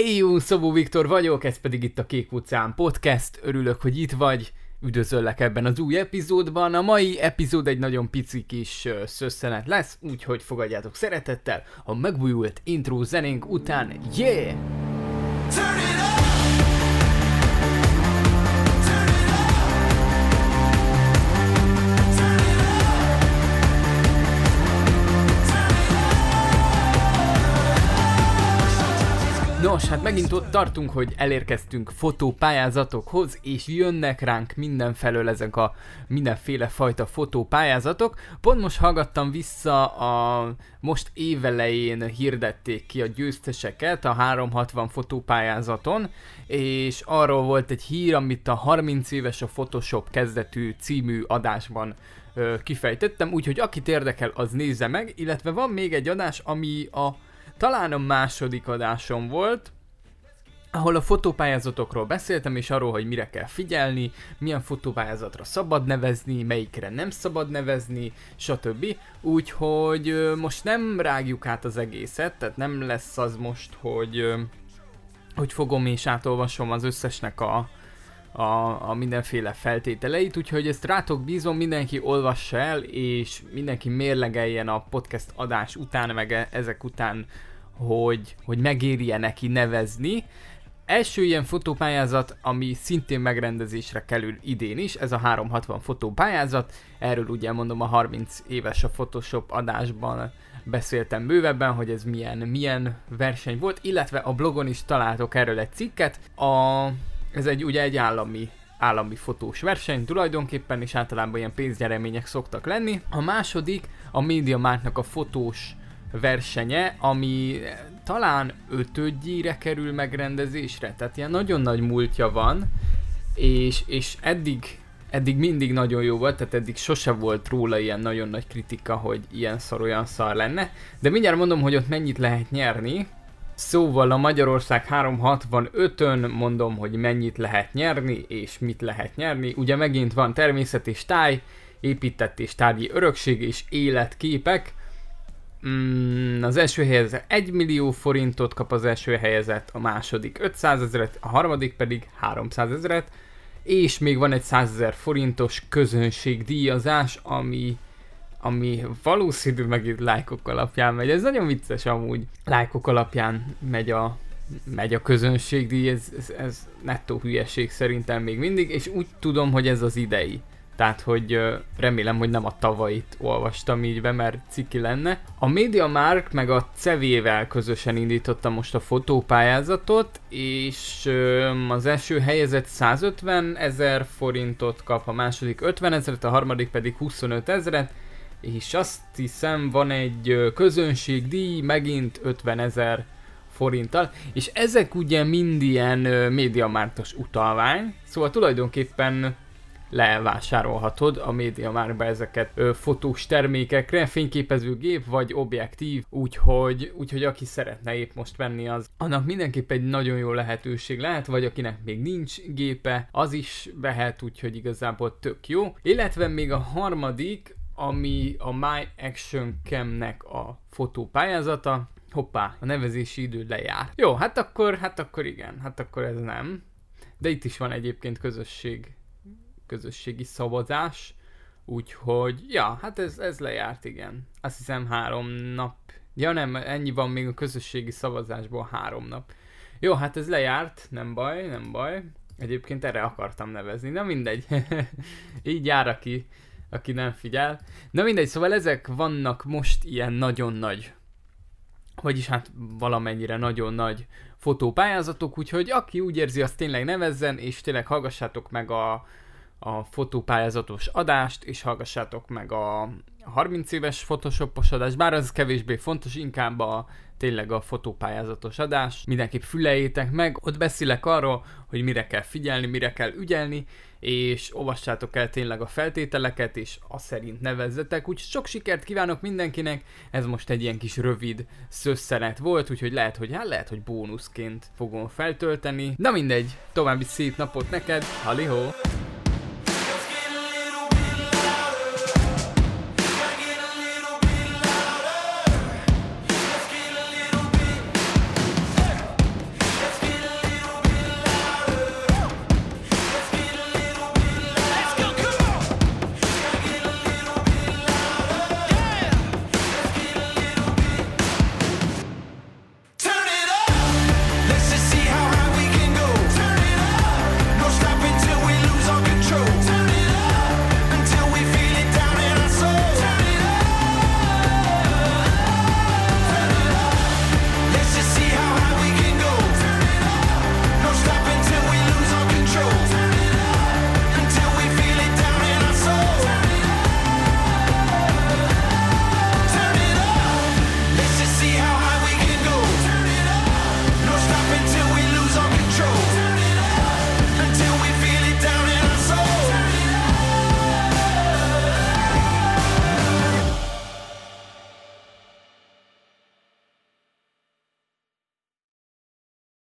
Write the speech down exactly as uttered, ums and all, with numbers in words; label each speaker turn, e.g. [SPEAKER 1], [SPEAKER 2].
[SPEAKER 1] Éjú, Szabó Viktor vagyok, ez pedig itt a Kék Óceán Podcast. Örülök, hogy itt vagy. Üdvözöllek ebben az új epizódban. A mai epizód egy nagyon pici kis uh, szösszenet lesz, úgyhogy fogadjátok szeretettel a megújult intro zenénk után. Yeah! Turn it up! Nos, hát megint ott tartunk, hogy elérkeztünk fotópályázatokhoz, és jönnek ránk mindenfelől ezek a mindenféle fajta fotópályázatok. Pont most hallgattam vissza, a most évelején hirdették ki a győzteseket a háromszázhatvan fotópályázaton, és arról volt egy hír, amit a harminc éves a Photoshop kezdetű című adásban ö, kifejtettem, úgyhogy akit érdekel, az nézze meg, illetve van még egy adás, ami a talán a második adásom volt, ahol a fotópályázatokról beszéltem, és arról, hogy mire kell figyelni, milyen fotópályázatra szabad nevezni, melyikre nem szabad nevezni, stb. Úgyhogy most nem rágjuk át az egészet, tehát nem lesz az most, hogy, hogy fogom és átolvasom az összesnek a, a, a mindenféle feltételeit, úgyhogy ezt rátok bízom, mindenki olvassa el, és mindenki mérlegeljen a podcast adás után, meg ezek után, hogy, hogy megéri-e neki nevezni. Első ilyen fotópályázat, ami szintén megrendezésre kerül idén is, ez a háromszázhatvan fotópályázat, erről ugye mondom a harminc éves a Photoshop adásban beszéltem bővebben, hogy ez milyen, milyen verseny volt, illetve a blogon is találtok erről egy cikket. A, ez egy ugye egy állami állami fotós verseny tulajdonképpen, és általában ilyen pénznyeremények szoktak lenni. A második a MediaMarktnak a fotós versenye, ami talán ötödjére kerül megrendezésre, tehát ilyen nagyon nagy múltja van, és, és eddig, eddig mindig nagyon jó volt, tehát eddig sose volt róla ilyen nagyon nagy kritika, hogy ilyen szar, olyan szar lenne, de mindjárt mondom, hogy ott mennyit lehet nyerni. Szóval a Magyarország háromszázhatvanötön mondom, hogy mennyit lehet nyerni, és mit lehet nyerni. Ugye megint van természet és táj, épített és tárgyi örökség és életképek. Mm, az első helyezett egy millió forintot kap az első helyezett, a második ötszázezret, a harmadik pedig háromszázezret, és még van egy százezer forintos közönségdíjazás, ami, ami valószínű megint lájkok alapján megy. Ez nagyon vicces amúgy. Lájkok alapján megy a, megy a közönségdíj, ez, ez, ez nettó hülyeség szerintem még mindig, és úgy tudom, hogy ez az idei. Tehát, hogy uh, remélem, hogy nem a tavalyit olvastam így be, mert ciki lenne. A MediaMarkt meg a Cevével közösen indította most a fotópályázatot, és uh, az első helyezett százötven ezer forintot kap, a második ötven ezret, a harmadik pedig huszonöt ezret, és azt hiszem van egy uh, közönségdíj, megint ötven ezer forinttal, és ezek ugye mind ilyen uh, MediaMarktos utalvány, szóval tulajdonképpen levásárolhatod a MediaMarktba ezeket ö, fotós termékekre, fényképezőgép vagy objektív, úgyhogy, úgyhogy aki szeretne épp most venni, az annak mindenképp egy nagyon jó lehetőség lehet, vagy akinek még nincs gépe, az is vehet, úgyhogy igazából tök jó. Illetve még a harmadik, ami a My Action Cam-nek a fotópályázata. Hoppá, a nevezési idő lejár. Jó, hát akkor, hát akkor igen, hát akkor ez nem. De itt is van egyébként közösség közösségi szavazás, úgyhogy, ja, hát ez, ez lejárt, igen. Azt hiszem három nap, ja nem, ennyi van még a közösségi szavazásból, három nap. Jó, hát ez lejárt, nem baj, nem baj. Egyébként erre akartam nevezni, na mindegy. Így jár, aki, aki nem figyel. Na mindegy, szóval ezek vannak most ilyen nagyon nagy, vagyis hát valamennyire nagyon nagy fotópályázatok, úgyhogy aki úgy érzi, azt tényleg nevezzen, és tényleg hallgassátok meg a a fotópályázatos adást, és hallgassátok meg a harminc éves Photoshopos adást, bár az kevésbé fontos, inkább a tényleg a fotópályázatos adás. Mindenképp fülejétek meg, ott beszélek arról, hogy mire kell figyelni, mire kell ügyelni, és olvassátok el tényleg a feltételeket, és azt szerint nevezzetek. Úgyhogy sok sikert kívánok mindenkinek, ez most egy ilyen kis rövid szösszenet volt, úgyhogy lehet, hogy hát lehet, hogy bónuszként fogom feltölteni. Na mindegy, további szép napot neked, halihó!